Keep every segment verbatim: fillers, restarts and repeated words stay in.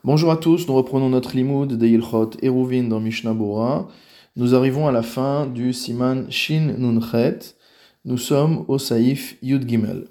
Bonjour à tous, nous reprenons notre limoud de Ilchot Eruvin dans Mishnah Bora. Nous arrivons à la fin du Siman Shin Nun Chet. Nous sommes au Saïf Yud Gimel.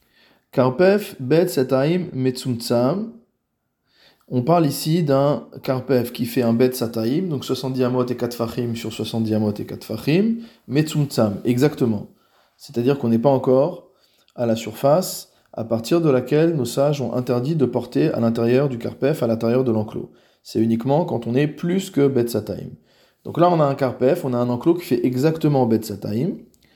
Karpef Bet Sataim Metzumtsam. On parle ici d'un Karpef qui fait un Bet Sataim, donc soixante-dix amot et quatre fachim sur soixante-dix amot et quatre fachim. Metzumtsam, exactement. C'est-à-dire qu'on n'est pas encore à la surface à partir de laquelle nos sages ont interdit de porter à l'intérieur du karpef, à l'intérieur de l'enclos. C'est uniquement quand on est plus que Bet Sataim. Donc là, on a un karpef, on a un enclos qui fait exactement Bet Sataim.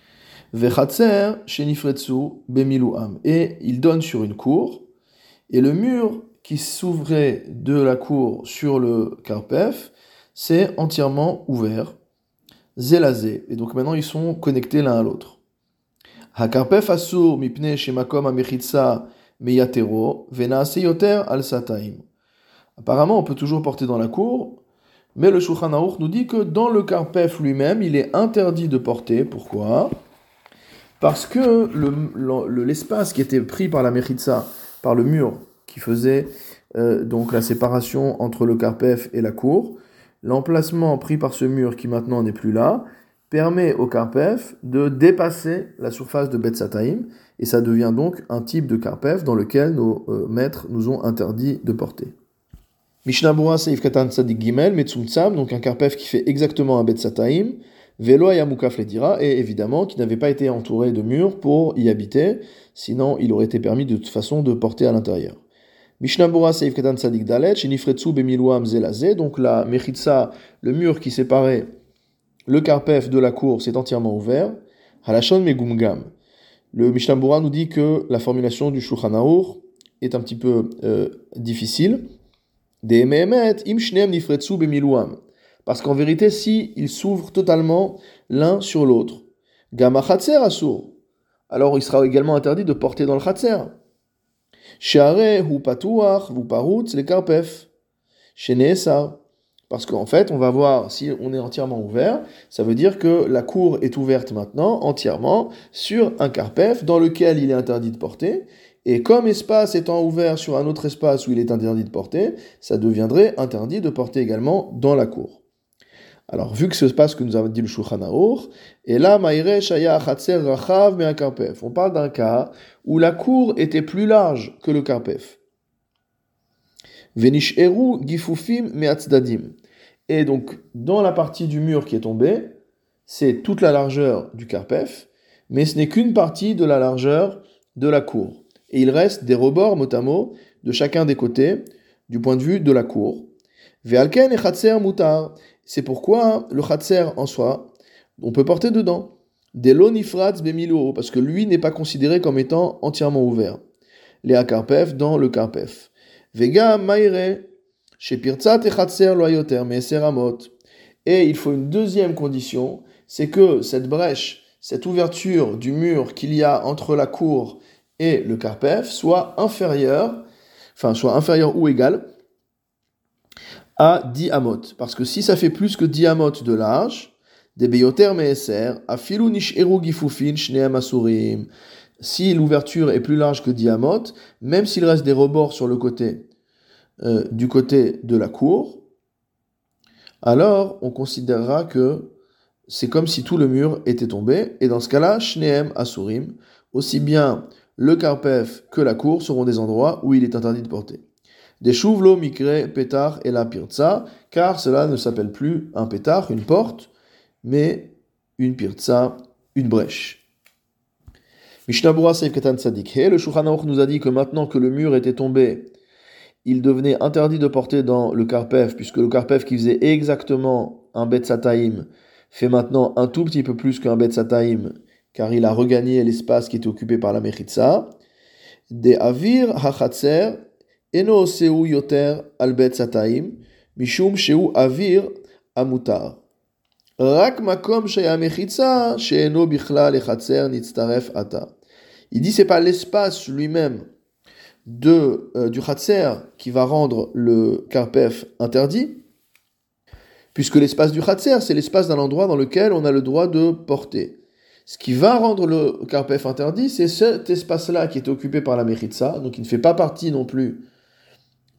Vechatzer shenifretsu bemiluam. Et il donne sur une cour, et le mur qui s'ouvrait de la cour sur le karpef, c'est entièrement ouvert. Zélazé. Et donc maintenant, ils sont connectés l'un à l'autre. Hakarpef asur mipne shemakom amechitsa meyatero venaase yoter al sataim. Apparemment, on peut toujours porter dans la cour, mais le Shulchan Aruch nous dit que dans le karpef lui-même, il est interdit de porter. Pourquoi ? Parce que le, le, l'espace qui était pris par la mechitsa, par le mur qui faisait euh, donc la séparation entre le karpef et la cour, l'emplacement pris par ce mur qui maintenant n'est plus là, permet au karpef de dépasser la surface de Bet Sataim, et ça devient donc un type de karpef dans lequel nos euh, maîtres nous ont interdit de porter. Mishnah Bura Seif Katan Tzadik Gimel, Metzumtsam, donc un karpef qui fait exactement un Bet Sataim, Velo Yamukaf Ledira, et évidemment qui n'avait pas été entouré de murs pour y habiter, sinon il aurait été permis de toute façon de porter à l'intérieur. Mishnah Bura Seif Katan Tzadik Dalet, Shinifretsu Bemiluam Zelazé, donc la Mechitsa, le mur qui séparait le karpef de la cour, c'est entièrement ouvert. Halashon megumgam. Le Mishnah Bura nous dit que la formulation du Shulchan Aruch est un petit peu euh, difficile. De'ememet im shneem nifretsu bemiluam. Parce qu'en vérité, si ils s'ouvrent totalement l'un sur l'autre, gama chatzer asur, alors il sera également interdit de porter dans le chatzer. Sheare hu patuach hu parutz le karpef. Sheneesar. Parce qu'en fait, on va voir, si on est entièrement ouvert, ça veut dire que la cour est ouverte maintenant, entièrement, sur un karpef dans lequel il est interdit de porter. Et comme espace étant ouvert sur un autre espace où il est interdit de porter, ça deviendrait interdit de porter également dans la cour. Alors, vu que ce passe que nous avons dit le Shulchan Aruch, et là, Maïre Shaya Chatzer Rachav me un karpef. On parle d'un cas où la cour était plus large que le karpef. Venish Eru Gifufim Meatzdadim. Et donc, dans la partie du mur qui est tombée, c'est toute la largeur du karpef, mais ce n'est qu'une partie de la largeur de la cour. Et il reste des rebords, mot à mot, de chacun des côtés, du point de vue de la cour. Ve'alken et chatzer mutar. C'est pourquoi le chatzer en soi, on peut porter dedans. Delo nifratz bemilo, parce que lui n'est pas considéré comme étant entièrement ouvert. Léa karpef dans le karpef. Vega maire. Chez Pirtzat et Chatzer loyoter mais seramot. Et il faut une deuxième condition, c'est que cette brèche, cette ouverture du mur qu'il y a entre la cour et le karpef soit inférieure, enfin soit inférieure ou égale à dix amot. Parce que si ça fait plus que dix amot de large, des beyoter meeser, afilu nisheru gifufin shneem asurim. Si l'ouverture est plus large que dix amot, même s'il reste des rebords sur le côté, Euh, du côté de la cour, alors on considérera que c'est comme si tout le mur était tombé, et dans ce cas-là, shneem asurim, aussi bien le karpef que la cour seront des endroits où il est interdit de porter. Des chouvlo mikre pétar et la pirtsa, car cela ne s'appelle plus un pétar, une porte, mais une pirtsa, une brèche. Mishnah Bura Seif Katan Tzadik He, le Shulchan Aruch nous a dit que maintenant que le mur était tombé, il devenait interdit de porter dans le karpef, puisque le karpef qui faisait exactement un Bet Sataim fait maintenant un tout petit peu plus qu'un Bet Sataim, car il a regagné l'espace qui était occupé par la Mechitsa. De avir hachatzer eno seu yoter al Bet Sataim, mishum sheu avir amutar. Rak makom shaya Mechitsa, sheeno bichla lechatzer nitztaref ata. Il dit c'est pas l'espace lui-même de, euh, du Khatser qui va rendre le karpef interdit, puisque l'espace du Khatser, c'est l'espace d'un endroit dans lequel on a le droit de porter. Ce qui va rendre le karpef interdit, c'est cet espace-là qui est occupé par la Mechitsa, donc il ne fait pas partie non plus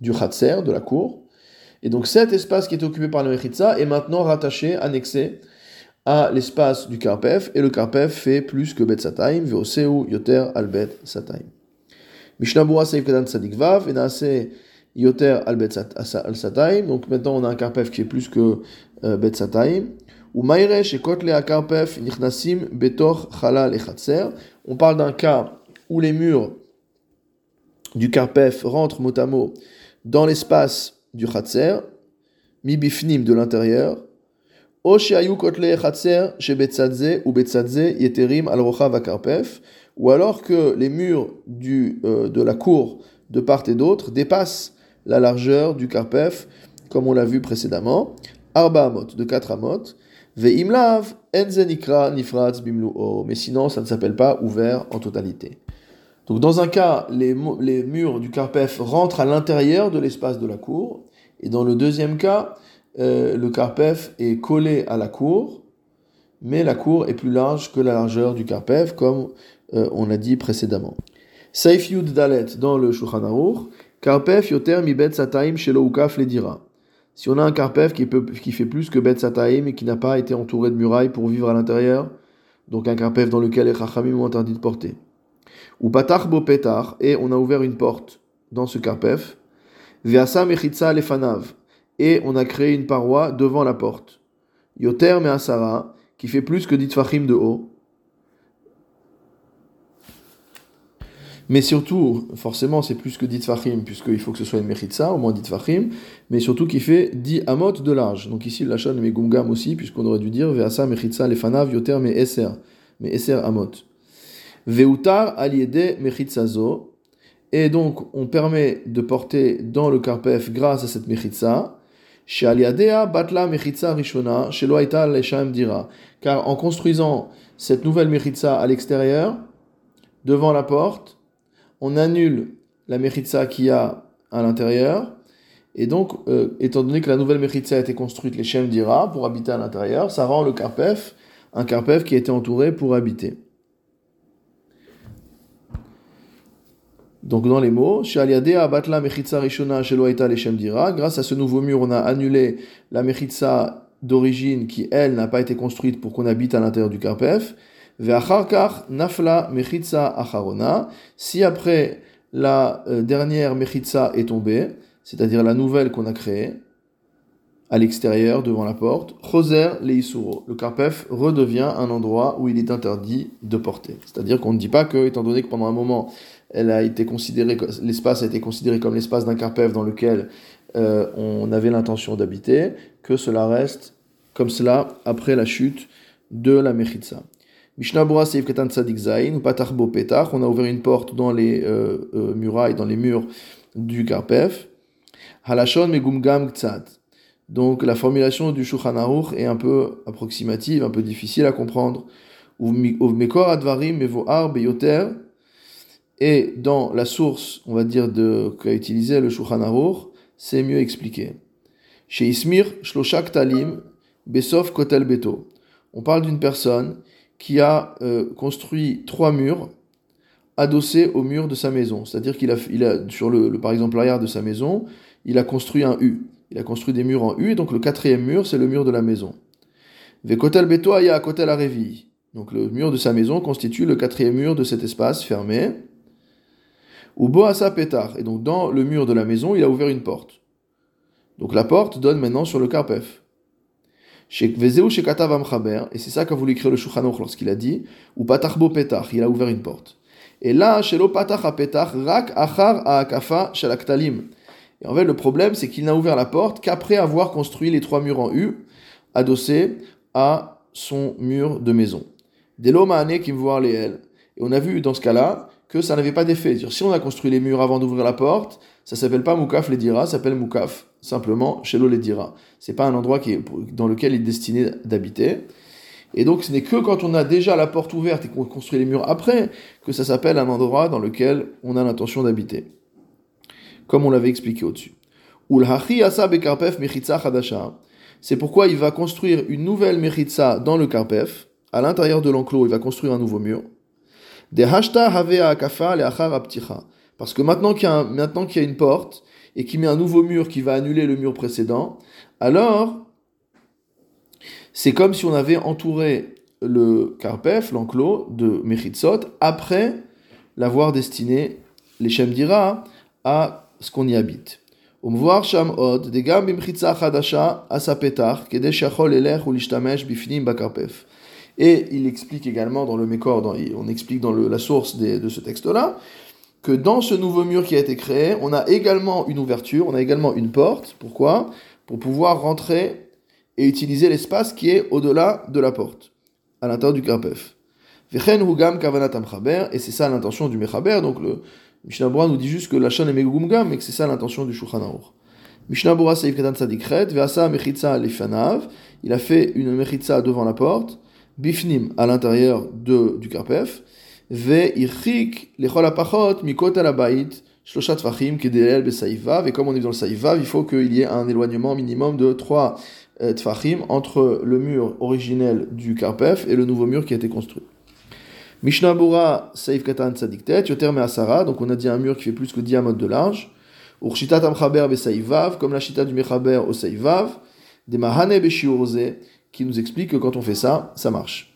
du Khatser, de la cour. Et donc cet espace qui était occupé par la Mechitza est maintenant rattaché, annexé à l'espace du Karpef, et le Karpef fait plus que Bet Satayim, Veoseu Yoter al Bet Satayim. Mishnah Berurah Seif Kedan Tzadik Vav, et Naase Yoter al Bet Satayim, donc maintenant on a un Karpef qui est plus que euh, Bet Satayim. Ou Mairesh et Kotle a Karpef Nichnasim Betor Chalal et Chatser. On parle d'un cas où les murs du Karpef rentrent mot à mot dans l'espace du Chatser, Mi Bifnim de l'intérieur. O sheayu kotle chatser chez Betzadze ou Betzadze yeterim al rochav akarpef, ou alors que les murs du, euh, de la cour de part et d'autre dépassent la largeur du karpef, comme on l'a vu précédemment, arba amot, de quatre amot, ve'imlav enzenikra nifratz bimluo, mais sinon ça ne s'appelle pas ouvert en totalité. Donc dans un cas, les, les murs du karpef rentrent à l'intérieur de l'espace de la cour, et dans le deuxième cas, Euh, le karpef est collé à la cour, mais la cour est plus large que la largeur du karpef, comme euh, on l'a dit précédemment. Saif Yud Dalet dans le Shulchan Aruch, karpef yoter mi bet sataim shelo ukaf ledira. Si on a un karpef qui, peut, qui fait plus que bet sataim et qui n'a pas été entouré de murailles pour vivre à l'intérieur, donc un karpef dans lequel les chachamim ont interdit de porter. Ou patach bo petar, et on a ouvert une porte dans ce karpef, veasa mechitza lefanav, et on a créé une paroi devant la porte. Yoter me asara, qui fait plus que dix tfachim de haut. Mais surtout, forcément, c'est plus que dix tfachim, puisqu'il faut que ce soit une mechitza, au moins dix tfachim, mais surtout qui fait dix amot de large. Donc ici, la chaîne met gumgam aussi, puisqu'on aurait dû dire veasa mechitza lefanav yoter me eser, me eser amot. Veutar aliede mechitzazo, et donc on permet de porter dans le karpef grâce à cette mechitza. Batla mechitza rishona shelo hayta leshaem dira, car en construisant cette nouvelle mechitza à l'extérieur, devant la porte, on annule la mechitza qu'il y a à l'intérieur, et donc, euh, étant donné que la nouvelle mechitza a été construite leshaem dira pour habiter à l'intérieur, ça rend le karpef un karpef qui a été entouré pour habiter. Donc dans les mots, grâce à ce nouveau mur, on a annulé la mechitza d'origine qui, elle, n'a pas été construite pour qu'on habite à l'intérieur du karpef. Si après la euh, dernière mechitza est tombée, c'est-à-dire la nouvelle qu'on a créée, à l'extérieur, devant la porte, choser leisuro, le karpef redevient un endroit où il est interdit de porter. C'est-à-dire qu'on ne dit pas que, étant donné que pendant un moment, elle a été considérée, l'espace a été considéré comme l'espace d'un karpef dans lequel euh, on avait l'intention d'habiter, que cela reste comme cela après la chute de la mechitza. Mishnah Berurah Seif Ketan Tzadik Zayin, ou Patach Bo Petach, on a ouvert une porte dans les euh, euh, murailles, dans les murs du karpef. Halashon Megumgam Ktsat. Donc la formulation du Shulchan Aruch est un peu approximative, un peu difficile à comprendre. Uvmekor advarim mevoar beyoter. Et dans la source, on va dire, de, qu'a utilisé le Shulchan Aruch, c'est mieux expliqué. Chez Ismir, Shloshak Talim, Besof Kotel Beto. On parle d'une personne qui a euh, construit trois murs adossés au mur de sa maison. C'est-à-dire qu'il a, il a sur le, le, par exemple, l'arrière de sa maison, il a construit un U. Il a construit des murs en U, et donc le quatrième mur, c'est le mur de la maison. Ve Kotel Beto aya Kotel Arevi. Donc le mur de sa maison constitue le quatrième mur de cet espace fermé. Ou Boasa Petar. Et donc dans le mur de la maison, il a ouvert une porte. Donc la porte donne maintenant sur le karpef. Vezeu Shekatav Amchaber, et c'est ça qu'a voulu écrire le Shulchan Aruch lorsqu'il a dit, ou Patach Bo Petar, il a ouvert une porte. Et là, Shelo Patach a Petar, Rak Achar a Akafa Shalaktalim. Et en fait, le problème, c'est qu'il n'a ouvert la porte qu'après avoir construit les trois murs en U, adossés à son mur de maison. Delo Maane qui me voit les L. Et on a vu dans ce cas-là que ça n'avait pas d'effet. C'est-à-dire, si on a construit les murs avant d'ouvrir la porte, ça s'appelle pas Moukaf Ledira, ça s'appelle Moukaf, simplement Shelo Ledira. C'est pas un endroit qui est, dans lequel il est destiné d'habiter. Et donc, ce n'est que quand on a déjà la porte ouverte et qu'on construit les murs après, que ça s'appelle un endroit dans lequel on a l'intention d'habiter. Comme on l'avait expliqué au-dessus. Ulhachi asa bekarpef mechitza chadasha. C'est pourquoi il va construire une nouvelle mechitza dans le karpef. À l'intérieur de l'enclos, il va construire un nouveau mur. De hashta have akafa leachar apticha. Parce que maintenant qu'il y a un, maintenant qu'il y a une porte, et qui met un nouveau mur qui va annuler le mur précédent, alors c'est comme si on avait entouré le karpef, l'enclos de Mechitzot, après l'avoir destiné, les Shem dira, à ce qu'on y habite. Umvoir sham od, degam bimchitza chadasha asapetar, kedei shachol elech ou lishtamesh bifnim bakarpef. Et il explique également dans le Mékor, dans, on explique dans le, la source des, de ce texte-là, que dans ce nouveau mur qui a été créé, on a également une ouverture, on a également une porte. Pourquoi ? Pour pouvoir rentrer et utiliser l'espace qui est au-delà de la porte, à l'intérieur du karpef. Vechen hugam kavanat amchaber, et c'est ça l'intention du mechaber. Donc le Mishnah Bura nous dit juste que la shon est megugumgam, mais que c'est ça l'intention du Shulchan Aruch. Mishnah Bura seif katan tzadikret, veasa mechitza lefanav, il a fait une mechitza devant la porte, bifnim à l'intérieur de, du karpef, ve'irchik lechol apachot mikot al habayit shloshat tfachim kedelel besaïvav, et comme on est dans le saïvav, il faut qu'il y ait un éloignement minimum de trois euh, tfachim entre le mur originel du karpef et le nouveau mur qui a été construit. Mishnah Bura seif katan tzadiktet, yoter me'asara, donc on a dit un mur qui fait plus que dix amot de large, urchitat amchaber besaïvav, comme la chita du mechaber au saïvav, des mahane beshiurze, qui nous explique que quand on fait ça, ça marche.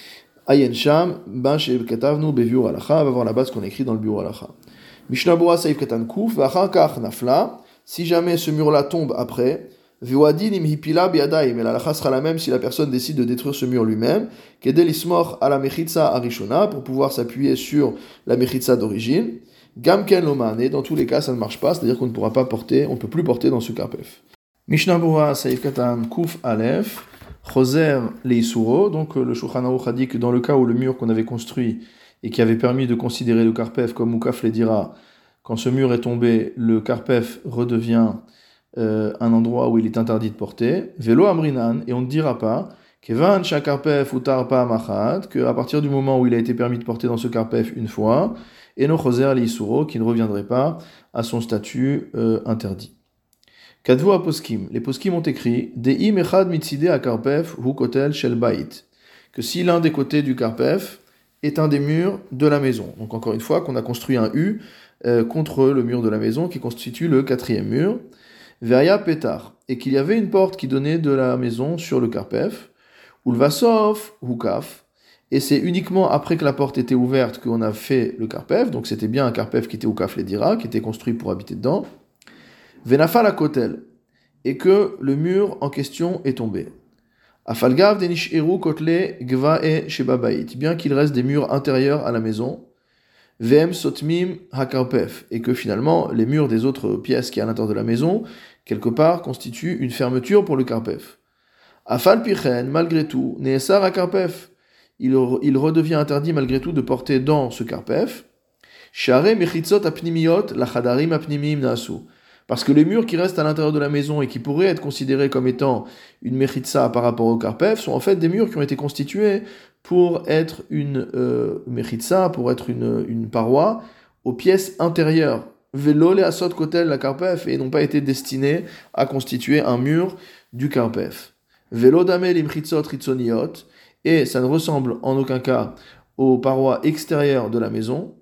Ayen Sham, Ben Shev Katavnu Beviur Alacha, va voir la base qu'on écrit dans le bureau Alacha. Mishnah Bura Saif Katan Kuf, Vachar Kach Nafla, si jamais ce mur-là tombe après, Vewadin im hipila biadaim, et l'alacha sera la même si la personne décide de détruire ce mur lui-même, Kedel ismor à la mechitza arishona, pour pouvoir s'appuyer sur la mechitza d'origine, Gamken Lomane, dans tous les cas ça ne marche pas, c'est-à-dire qu'on ne pourra pas porter, on ne peut plus porter dans ce karpef. Mishnah Bura Saif Katan Kuf Aleph, Choser Leisuro, donc le Shulchan Aruch a dit que dans le cas où le mur qu'on avait construit et qui avait permis de considérer le karpef comme Mukaf le dira, quand ce mur est tombé, le karpef redevient euh, un endroit où il est interdit de porter. Velo Amrinan, et on ne dira pas Kevan Shakarpef Utar Pa Machat, qu'à partir du moment où il a été permis de porter dans ce karpef une fois, et no Choser Leisuro, qui ne reviendrait pas à son statut euh, interdit. Kadvu aposkim, les poskim ont écrit De'im echad mitzide a karpef hu kotel shel bait, que si l'un des côtés du karpef est un des murs de la maison. Donc encore une fois qu'on a construit un U euh, contre le mur de la maison qui constitue le quatrième mur. Veria petar, et qu'il y avait une porte qui donnait de la maison sur le karpef. Ulvasov hu kaf, et c'est uniquement après que la porte était ouverte qu'on a fait le karpef. Donc c'était bien un karpef qui était au kaf ledira, qui était construit pour habiter dedans. Venafal à kotel, et que le mur en question est tombé. Afalgav denish eru kotle gvae shebabait, bien qu'il reste des murs intérieurs à la maison. Vem sotmim hakarpef, et que finalement les murs des autres pièces qui à l'intérieur de la maison, quelque part, constituent une fermeture pour le karpef. Afal pichen, malgré tout, neesar hakarpef, il, il redevient interdit malgré tout de porter dans ce karpef. Share mechitzot apnimiot lachadarim apnimim nasu. Parce que les murs qui restent à l'intérieur de la maison et qui pourraient être considérés comme étant une mechitza par rapport au karpef sont en fait des murs qui ont été constitués pour être une euh, mechitza, pour être une, une paroi aux pièces intérieures. Velo le asot kotel la karpef, et n'ont pas été destinés à constituer un mur du karpef. Velo damel imchitzot ritzoniot, et ça ne ressemble en aucun cas aux parois extérieures de la maison.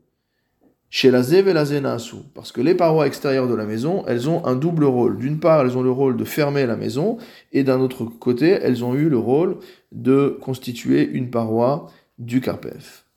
Chez la Zev et la Zenasu, parce que les parois extérieures de la maison, elles ont un double rôle. D'une part, elles ont le rôle de fermer la maison, et d'un autre côté, elles ont eu le rôle de constituer une paroi du karpef.